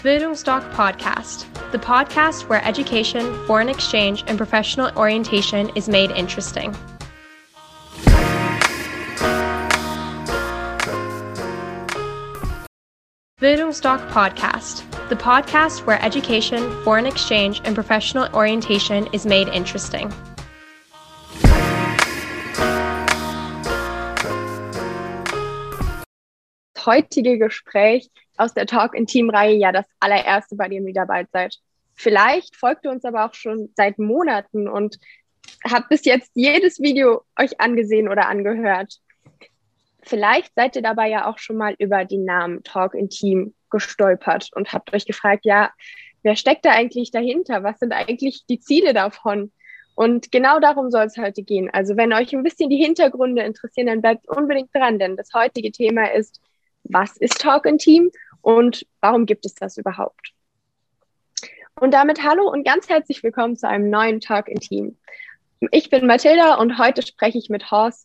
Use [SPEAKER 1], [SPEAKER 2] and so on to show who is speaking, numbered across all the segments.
[SPEAKER 1] Bildungsdoc Podcast, the podcast where education, foreign exchange, and professional orientation is made interesting. Bildungsdoc Podcast, the podcast where education, foreign exchange, and professional orientation is made interesting.
[SPEAKER 2] Das heutige Gespräch aus der Talk-in-Team-Reihe ja das allererste, bei dem ihr dabei seid. Vielleicht folgt ihr uns aber auch schon seit Monaten und habt bis jetzt jedes Video euch angesehen oder angehört. Vielleicht seid ihr dabei ja auch schon mal über den Namen Talk-in-Team gestolpert und habt euch gefragt, ja, wer steckt da eigentlich dahinter? Was sind eigentlich die Ziele davon? Und genau darum soll es heute gehen. Also wenn euch ein bisschen die Hintergründe interessieren, dann bleibt unbedingt dran, denn das heutige Thema ist, was ist Talk-in-Team und warum gibt es das überhaupt? Und damit hallo und ganz herzlich willkommen zu einem neuen Talk-in-Team. Ich bin Mathilda und heute spreche ich mit Horst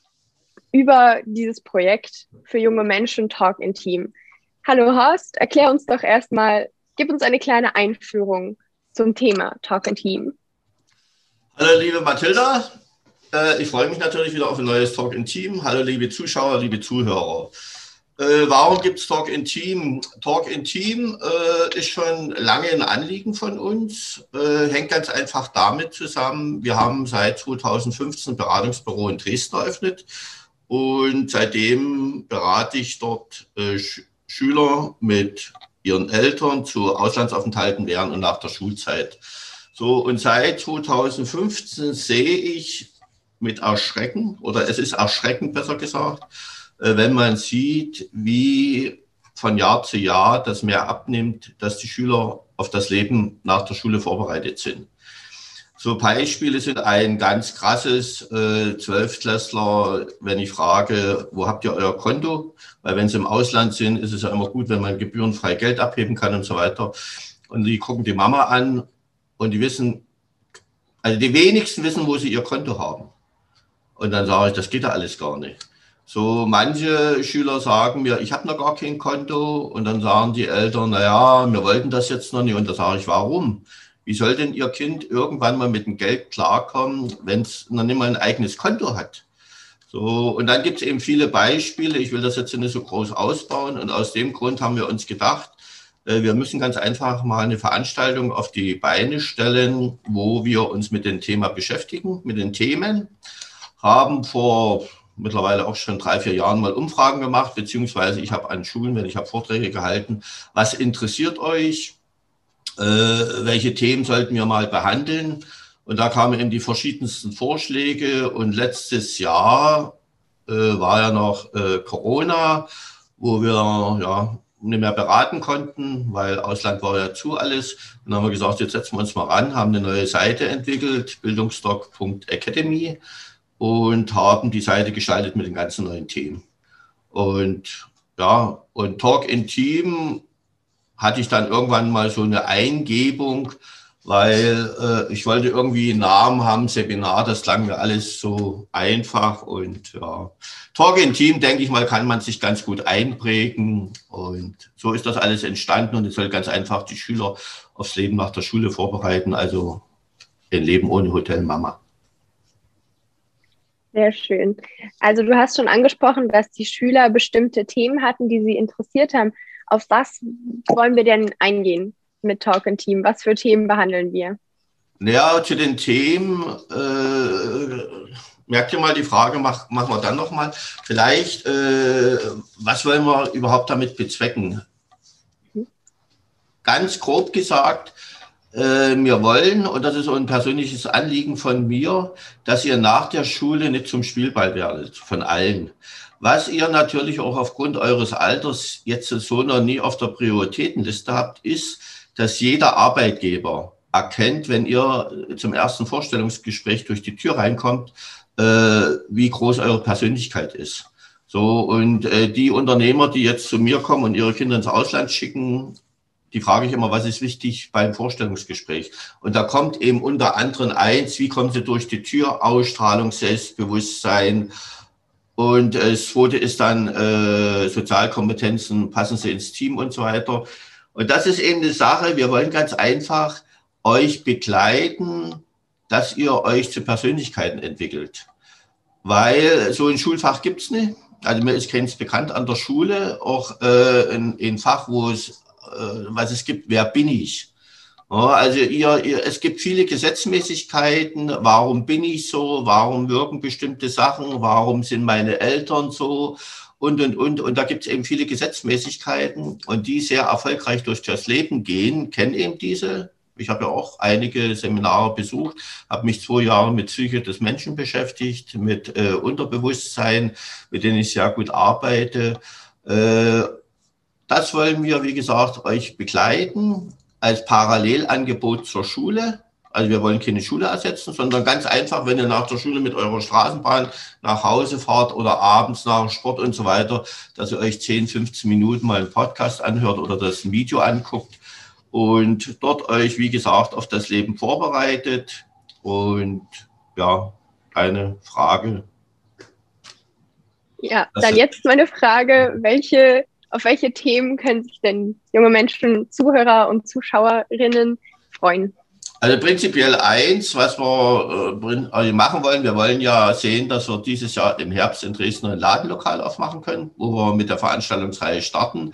[SPEAKER 2] über dieses Projekt für junge Menschen Talk-in-Team. Hallo Horst, erklär uns doch erstmal, gib uns eine kleine Einführung zum Thema Talk-in-Team.
[SPEAKER 3] Hallo liebe Mathilda, ich freue mich natürlich wieder auf ein neues Talk-in-Team. Hallo liebe Zuschauer, liebe Zuhörer. Warum gibt es Talk-in-Team? Talk-in-Team ist schon lange ein Anliegen von uns, hängt ganz einfach damit zusammen, wir haben seit 2015 ein Beratungsbüro in Dresden eröffnet und seitdem berate ich dort Schüler mit ihren Eltern zu Auslandsaufenthalten während und nach der Schulzeit. So, und seit 2015 sehe ich mit Erschrecken, oder es ist erschreckend besser gesagt, wenn man sieht, wie von Jahr zu Jahr das mehr abnimmt, dass die Schüler auf das Leben nach der Schule vorbereitet sind. So Beispiele sind ein ganz krasses 12-Klässler, wenn ich frage, wo habt ihr euer Konto? Weil wenn sie im Ausland sind, ist es ja immer gut, wenn man gebührenfrei Geld abheben kann und so weiter. Und die gucken die Mama an und die wissen, also die wenigsten wissen, wo sie ihr Konto haben. Und dann sage ich, das geht ja alles gar nicht. So, manche Schüler sagen mir, ich habe noch gar kein Konto und dann sagen die Eltern, naja, wir wollten das jetzt noch nicht und da sage ich, warum? Wie soll denn Ihr Kind irgendwann mal mit dem Geld klarkommen, wenn es noch nicht mal ein eigenes Konto hat? So, und dann gibt es eben viele Beispiele, ich will das jetzt nicht so groß ausbauen und aus dem Grund haben wir uns gedacht, wir müssen ganz einfach mal eine Veranstaltung auf die Beine stellen, wo wir uns mit dem Thema beschäftigen, mit den Themen, haben vor mittlerweile auch schon 3-4 Jahren mal Umfragen gemacht, beziehungsweise ich habe an Schulen, wenn ich habe Vorträge gehalten, was interessiert euch, welche Themen sollten wir mal behandeln? Und da kamen eben die verschiedensten Vorschläge und letztes Jahr war ja noch Corona, wo wir ja nicht mehr beraten konnten, weil Ausland war ja zu alles. Und dann haben wir gesagt, jetzt setzen wir uns mal ran, haben eine neue Seite entwickelt, bildungsdoc.academy. Und haben die Seite gestaltet mit den ganzen neuen Themen. Und ja, und Talk-in-Team hatte ich dann irgendwann mal so eine Eingebung, weil ich wollte irgendwie einen Namen haben, Seminar, das klang mir alles so einfach. Und ja, Talk-in-Team, denke ich mal, kann man sich ganz gut einprägen. Und so ist das alles entstanden und es soll ganz einfach die Schüler aufs Leben nach der Schule vorbereiten, also ein Leben ohne Hotel Mama.
[SPEAKER 2] Sehr schön. Also du hast schon angesprochen, dass die Schüler bestimmte Themen hatten, die sie interessiert haben. Auf was wollen wir denn eingehen mit Talk-in-Team? Was für Themen behandeln wir?
[SPEAKER 3] Ja, zu den Themen, merkt ihr mal, die Frage machen wir dann nochmal. Vielleicht, was wollen wir überhaupt damit bezwecken? Ganz grob gesagt, wir wollen, und das ist so ein persönliches Anliegen von mir, dass ihr nach der Schule nicht zum Spielball werdet, von allen. Was ihr natürlich auch aufgrund eures Alters jetzt so noch nie auf der Prioritätenliste habt, ist, dass jeder Arbeitgeber erkennt, wenn ihr zum ersten Vorstellungsgespräch durch die Tür reinkommt, wie groß eure Persönlichkeit ist. So, und die Unternehmer, die jetzt zu mir kommen und ihre Kinder ins Ausland schicken, die frage ich immer, was ist wichtig beim Vorstellungsgespräch? Und da kommt eben unter anderem eins, wie kommen Sie durch die Tür? Ausstrahlung, Selbstbewusstsein. Und das zweite ist dann Sozialkompetenzen, passen Sie ins Team und so weiter. Und das ist eben eine Sache, wir wollen ganz einfach euch begleiten, dass ihr euch zu Persönlichkeiten entwickelt. Weil so ein Schulfach gibt es nicht. Also mir ist keins bekannt an der Schule, auch ein Fach, was es gibt, wer bin ich? Ja, also es gibt viele Gesetzmäßigkeiten, warum bin ich so, warum wirken bestimmte Sachen, warum sind meine Eltern so und. Und da gibt es eben viele Gesetzmäßigkeiten und die sehr erfolgreich durch das Leben gehen, kennen eben diese. Ich habe ja auch einige Seminare besucht, habe mich 2 Jahre mit Psyche des Menschen beschäftigt, mit Unterbewusstsein, mit denen ich sehr gut arbeite. Das wollen wir, wie gesagt, euch begleiten als Parallelangebot zur Schule. Also wir wollen keine Schule ersetzen, sondern ganz einfach, wenn ihr nach der Schule mit eurer Straßenbahn nach Hause fahrt oder abends nach Sport und so weiter, dass ihr euch 10, 15 Minuten mal einen Podcast anhört oder das ein Video anguckt und dort euch, wie gesagt, auf das Leben vorbereitet. Und ja, eine Frage.
[SPEAKER 2] Ja, dann jetzt meine Frage, auf welche Themen können sich denn junge Menschen, Zuhörer und Zuschauerinnen freuen?
[SPEAKER 3] Also prinzipiell eins, was wir machen wollen, wir wollen ja sehen, dass wir dieses Jahr im Herbst in Dresden ein Ladenlokal aufmachen können, wo wir mit der Veranstaltungsreihe starten.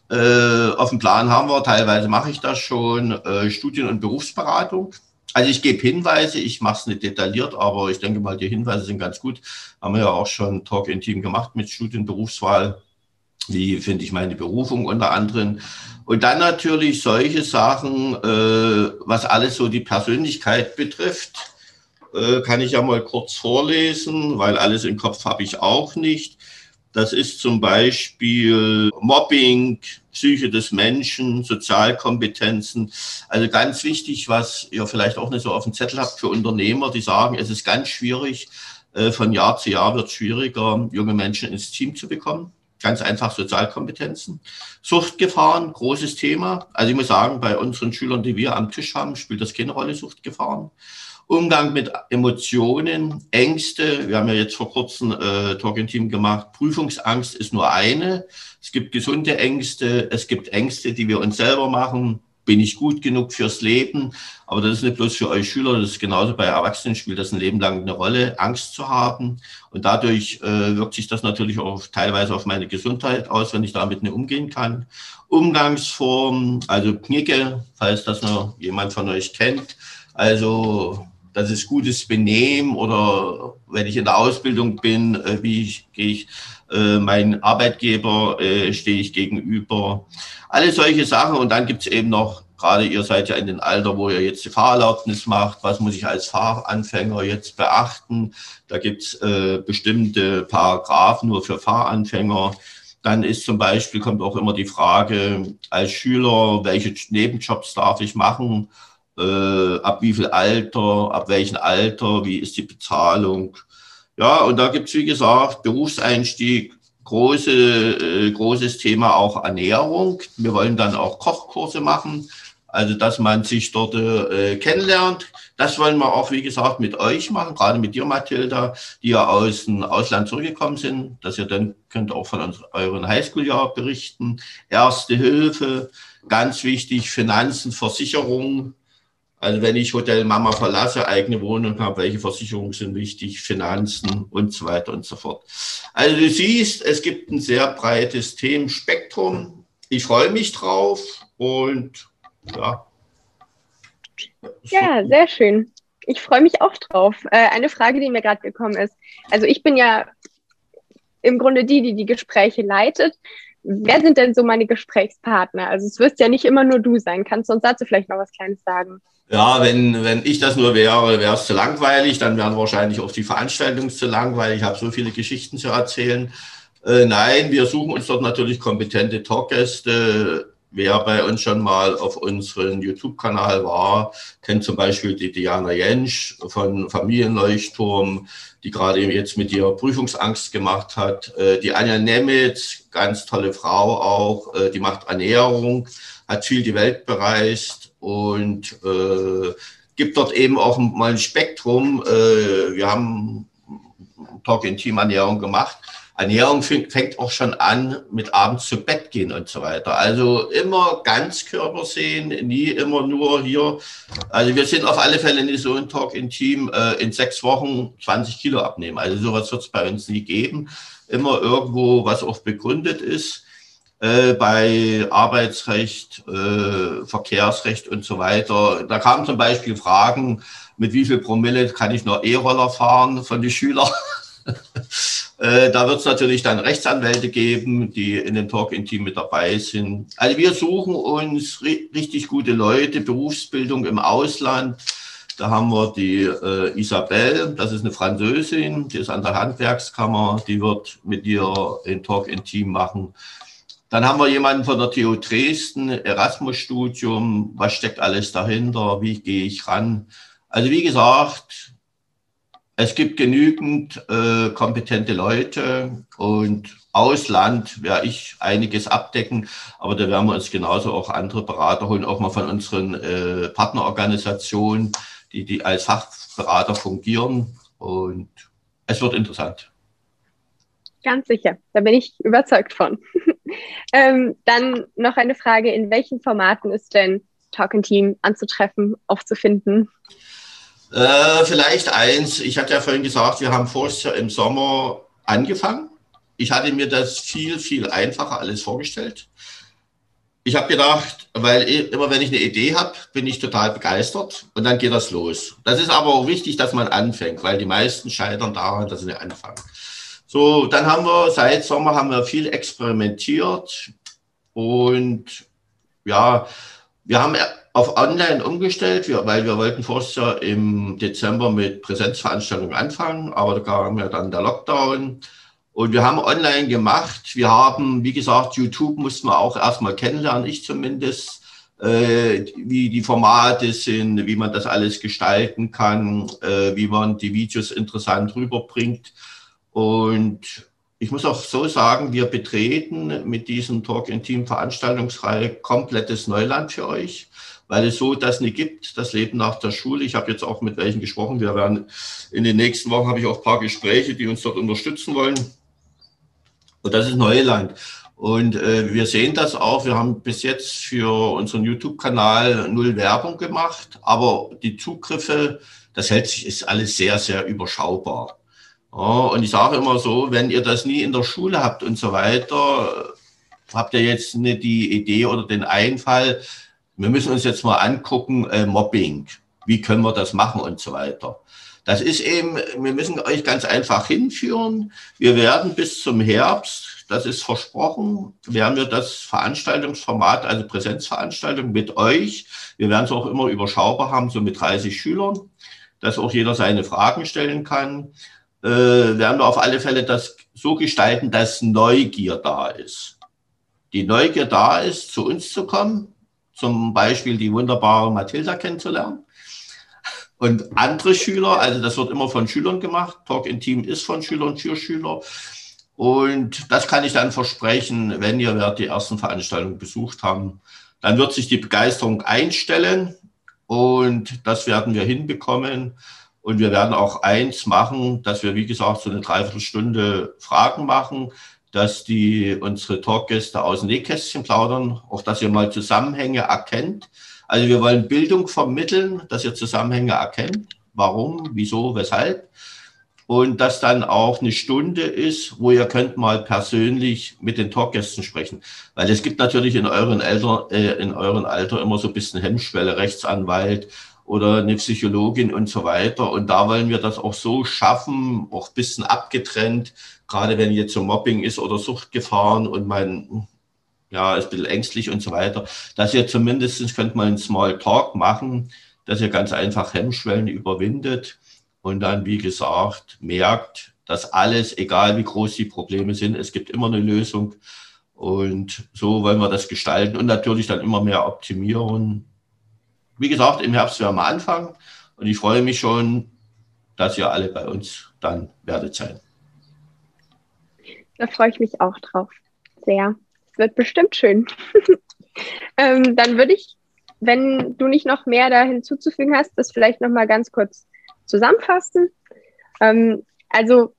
[SPEAKER 3] Auf dem Plan haben wir, teilweise mache ich das schon, Studien- und Berufsberatung. Also ich gebe Hinweise, ich mache es nicht detailliert, aber ich denke mal, die Hinweise sind ganz gut. Haben wir ja auch schon Talk in Team gemacht mit Studienberufswahl. Wie finde ich meine Berufung unter anderem? Und dann natürlich solche Sachen, was alles so die Persönlichkeit betrifft, kann ich ja mal kurz vorlesen, weil alles im Kopf habe ich auch nicht. Das ist zum Beispiel Mobbing, Psyche des Menschen, Sozialkompetenzen. Also ganz wichtig, was ihr vielleicht auch nicht so auf dem Zettel habt für Unternehmer, die sagen, es ist ganz schwierig, von Jahr zu Jahr wird es schwieriger, junge Menschen ins Team zu bekommen. Ganz einfach Sozialkompetenzen. Suchtgefahren, großes Thema. Also ich muss sagen, bei unseren Schülern, die wir am Tisch haben, spielt das keine Rolle, Suchtgefahren. Umgang mit Emotionen, Ängste. Wir haben ja jetzt vor kurzem Talk in Team gemacht. Prüfungsangst ist nur eine. Es gibt gesunde Ängste. Es gibt Ängste, die wir uns selber machen. Bin ich gut genug fürs Leben? Aber das ist nicht bloß für euch Schüler, das ist genauso bei Erwachsenen, spielt das ein Leben lang eine Rolle, Angst zu haben. Und dadurch wirkt sich das natürlich auch teilweise auf meine Gesundheit aus, wenn ich damit nicht umgehen kann. Umgangsformen, also Knicke, falls das noch jemand von euch kennt. Also das ist gutes Benehmen oder wenn ich in der Ausbildung bin, gehe ich mein Arbeitgeber stehe ich gegenüber. Alle solche Sachen. Und dann gibt es eben noch, gerade ihr seid ja in dem Alter, wo ihr jetzt die Fahrerlaubnis macht, was muss ich als Fahranfänger jetzt beachten? Da gibt es bestimmte Paragraphen nur für Fahranfänger. Dann ist zum Beispiel, kommt auch immer die Frage als Schüler, welche Nebenjobs darf ich machen? Ab wie viel Alter, ab welchem Alter, wie ist die Bezahlung? Ja, und da gibt es, wie gesagt, Berufseinstieg, großes Thema auch Ernährung. Wir wollen dann auch Kochkurse machen, also dass man sich dort kennenlernt. Das wollen wir auch, wie gesagt, mit euch machen, gerade mit dir, Mathilda, die ja aus dem Ausland zurückgekommen sind, dass ihr dann könnt auch von euren Highschool-Jahr berichten. Erste Hilfe, ganz wichtig, Finanzen, Versicherung. Also wenn ich Hotel Mama verlasse, eigene Wohnung habe, welche Versicherungen sind wichtig, Finanzen und so weiter und so fort. Also du siehst, es gibt ein sehr breites Themenspektrum. Ich freue mich drauf und ja.
[SPEAKER 2] Ja, sehr schön. Ich freue mich auch drauf. Eine Frage, die mir gerade gekommen ist. Also ich bin ja im Grunde die Gespräche leitet. Wer sind denn so meine Gesprächspartner? Also es wirst ja nicht immer nur du sein. Kannst du uns dazu vielleicht noch was Kleines sagen?
[SPEAKER 3] Ja, wenn ich das nur wäre, wäre es zu langweilig. Dann wären wahrscheinlich auch die Veranstaltungen zu langweilig. Ich habe so viele Geschichten zu erzählen. Nein, wir suchen uns dort natürlich kompetente Talkgäste. Wer bei uns schon mal auf unserem YouTube-Kanal war, kennt zum Beispiel die Diana Jentsch von Familienleuchtturm, die gerade jetzt mit ihrer Prüfungsangst gemacht hat. Die Anja Nemitz, ganz tolle Frau auch, die macht Ernährung, hat viel die Welt bereist und gibt dort eben auch mal ein Spektrum. Wir haben Talk in Team Ernährung gemacht. Ernährung fängt auch schon an mit abends zu Bett gehen und so weiter. Also immer Ganzkörper sehen, nie immer nur hier. Also wir sind auf alle Fälle nicht so ein Talk in Team, in 6 Wochen 20 Kilo abnehmen. Also sowas wird es bei uns nie geben. Immer irgendwo, was auch begründet ist. Bei Arbeitsrecht, Verkehrsrecht und so weiter. Da kamen zum Beispiel Fragen, mit wie viel Promille kann ich noch E-Roller fahren von den Schülern? Da wird es natürlich dann Rechtsanwälte geben, die in dem Talk in Team mit dabei sind. Also wir suchen uns richtig gute Leute, Berufsbildung im Ausland. Da haben wir die Isabelle, das ist eine Französin, die ist an der Handwerkskammer, die wird mit dir den Talk in Team machen. Dann haben wir jemanden von der TU Dresden, Erasmus-Studium, was steckt alles dahinter, wie gehe ich ran? Also wie gesagt, es gibt genügend kompetente Leute und Ausland werde ich einiges abdecken, aber da werden wir uns genauso auch andere Berater holen, auch mal von unseren Partnerorganisationen, die als Fachberater fungieren, und es wird interessant.
[SPEAKER 2] Ganz sicher, da bin ich überzeugt von. Dann noch eine Frage, in welchen Formaten ist denn Talk in Team anzutreffen, aufzufinden?
[SPEAKER 3] Vielleicht eins, ich hatte ja vorhin gesagt, wir haben vorher ja im Sommer angefangen. Ich hatte mir das viel, viel einfacher alles vorgestellt. Ich habe gedacht, weil immer wenn ich eine Idee habe, bin ich total begeistert und dann geht das los. Das ist aber auch wichtig, dass man anfängt, weil die meisten scheitern daran, dass sie nicht anfangen. So, dann haben wir seit Sommer haben wir viel experimentiert und ja, wir haben auf Online umgestellt, weil wir wollten vorher im Dezember mit Präsenzveranstaltungen anfangen, aber da kam ja dann der Lockdown und wir haben online gemacht. Wir haben, wie gesagt, YouTube mussten wir auch erstmal kennenlernen, ich zumindest, wie die Formate sind, wie man das alles gestalten kann, wie man die Videos interessant rüberbringt. Und ich muss auch so sagen, wir betreten mit diesem Talk in Team Veranstaltungsreihe komplettes Neuland für euch, weil es so das nicht gibt, das Leben nach der Schule. Ich habe jetzt auch mit welchen gesprochen. Wir werden in den nächsten Wochen, habe ich auch ein paar Gespräche, die uns dort unterstützen wollen. Und das ist Neuland. Und wir sehen das auch. Wir haben bis jetzt für unseren YouTube-Kanal 0 Werbung gemacht, aber die Zugriffe, das hält sich, ist alles sehr, sehr überschaubar. Ja, und ich sage immer so, wenn ihr das nie in der Schule habt und so weiter, habt ihr jetzt nicht die Idee oder den Einfall, wir müssen uns jetzt mal angucken, Mobbing, wie können wir das machen und so weiter. Das ist eben, wir müssen euch ganz einfach hinführen. Wir werden bis zum Herbst, das ist versprochen, werden wir das Veranstaltungsformat, also Präsenzveranstaltung mit euch, wir werden es auch immer überschaubar haben, so mit 30 Schülern, dass auch jeder seine Fragen stellen kann. Werden wir auf alle Fälle das so gestalten, dass Neugier da ist. Die Neugier da ist, zu uns zu kommen, zum Beispiel die wunderbare Mathilda kennenzulernen und andere Schüler, also das wird immer von Schülern gemacht, Talk in Team ist von Schülern für Schüler, und das kann ich dann versprechen, wenn ihr die ersten Veranstaltungen besucht haben, dann wird sich die Begeisterung einstellen und das werden wir hinbekommen. Und wir werden auch eins machen, dass wir, wie gesagt, so eine Dreiviertelstunde Fragen machen, dass unsere Talkgäste aus dem Nähkästchen plaudern, auch dass ihr mal Zusammenhänge erkennt. Also wir wollen Bildung vermitteln, dass ihr Zusammenhänge erkennt, warum, wieso, weshalb. Und dass dann auch eine Stunde ist, wo ihr könnt mal persönlich mit den Talkgästen sprechen. Weil es gibt natürlich in euren Alter immer so ein bisschen Hemmschwelle, Rechtsanwalt oder eine Psychologin und so weiter. Und da wollen wir das auch so schaffen, auch ein bisschen abgetrennt, gerade wenn jetzt so Mobbing ist oder Suchtgefahren und man ist ein bisschen ängstlich und so weiter, dass ihr zumindest könnt mal einen Small Talk machen, dass ihr ganz einfach Hemmschwellen überwindet und dann, wie gesagt, merkt, dass alles, egal wie groß die Probleme sind, es gibt immer eine Lösung. Und so wollen wir das gestalten und natürlich dann immer mehr optimieren. Wie gesagt, im Herbst werden wir anfangen und ich freue mich schon, dass ihr alle bei uns dann werdet sein.
[SPEAKER 2] Da freue ich mich auch drauf. Sehr. Es wird bestimmt schön. Dann würde ich, wenn du nicht noch mehr da hinzuzufügen hast, das vielleicht noch mal ganz kurz zusammenfassen. Also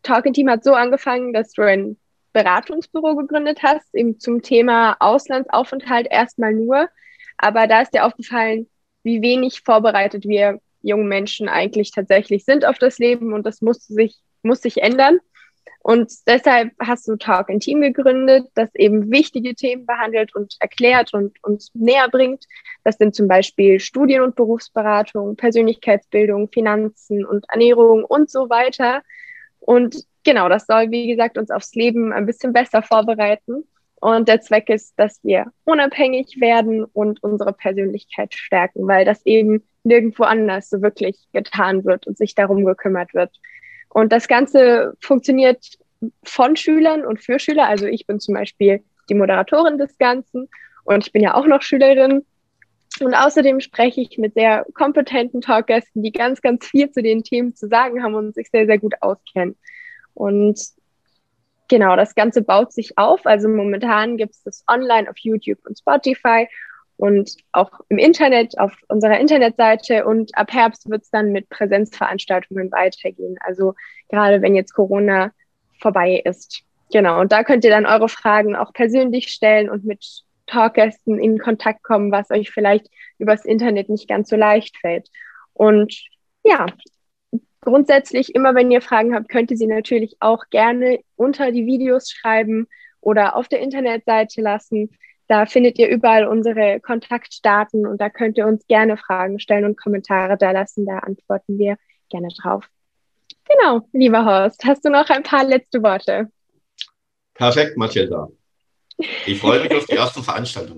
[SPEAKER 2] Talk in Team hat so angefangen, dass du ein Beratungsbüro gegründet hast, eben zum Thema Auslandsaufenthalt erstmal nur. Aber da ist dir aufgefallen, wie wenig vorbereitet wir jungen Menschen eigentlich tatsächlich sind auf das Leben, und das muss sich ändern. Und deshalb hast du Talk in Team gegründet, das eben wichtige Themen behandelt und erklärt und uns näher bringt. Das sind zum Beispiel Studien- und Berufsberatung, Persönlichkeitsbildung, Finanzen und Ernährung und so weiter. Und genau, das soll, wie gesagt, uns aufs Leben ein bisschen besser vorbereiten. Und der Zweck ist, dass wir unabhängig werden und unsere Persönlichkeit stärken, weil das eben nirgendwo anders so wirklich getan wird und sich darum gekümmert wird. Und das Ganze funktioniert von Schülern und für Schüler. Also ich bin zum Beispiel die Moderatorin des Ganzen und ich bin ja auch noch Schülerin. Und außerdem spreche ich mit sehr kompetenten Talkgästen, die ganz, ganz viel zu den Themen zu sagen haben und sich sehr, sehr gut auskennen. Und genau, das Ganze baut sich auf. Also momentan gibt es das online auf YouTube und Spotify und auch im Internet auf unserer Internetseite. Und ab Herbst wird es dann mit Präsenzveranstaltungen weitergehen. Also gerade wenn jetzt Corona vorbei ist. Genau, und da könnt ihr dann eure Fragen auch persönlich stellen und mit Talkgästen in Kontakt kommen, was euch vielleicht übers Internet nicht ganz so leicht fällt. Und ja, grundsätzlich, immer wenn ihr Fragen habt, könnt ihr sie natürlich auch gerne unter die Videos schreiben oder auf der Internetseite lassen. Da findet ihr überall unsere Kontaktdaten und da könnt ihr uns gerne Fragen stellen und Kommentare da lassen. Da antworten wir gerne drauf. Genau, lieber Horst, hast du noch ein paar letzte Worte?
[SPEAKER 3] Perfekt, Mathilda. Ich freue mich auf die erste Veranstaltung.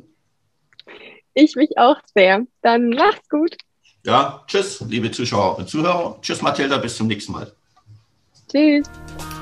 [SPEAKER 2] Ich mich auch sehr. Dann macht's gut.
[SPEAKER 3] Ja, tschüss, liebe Zuschauer und Zuhörer. Tschüss, Mathilda, bis zum nächsten Mal.
[SPEAKER 2] Tschüss.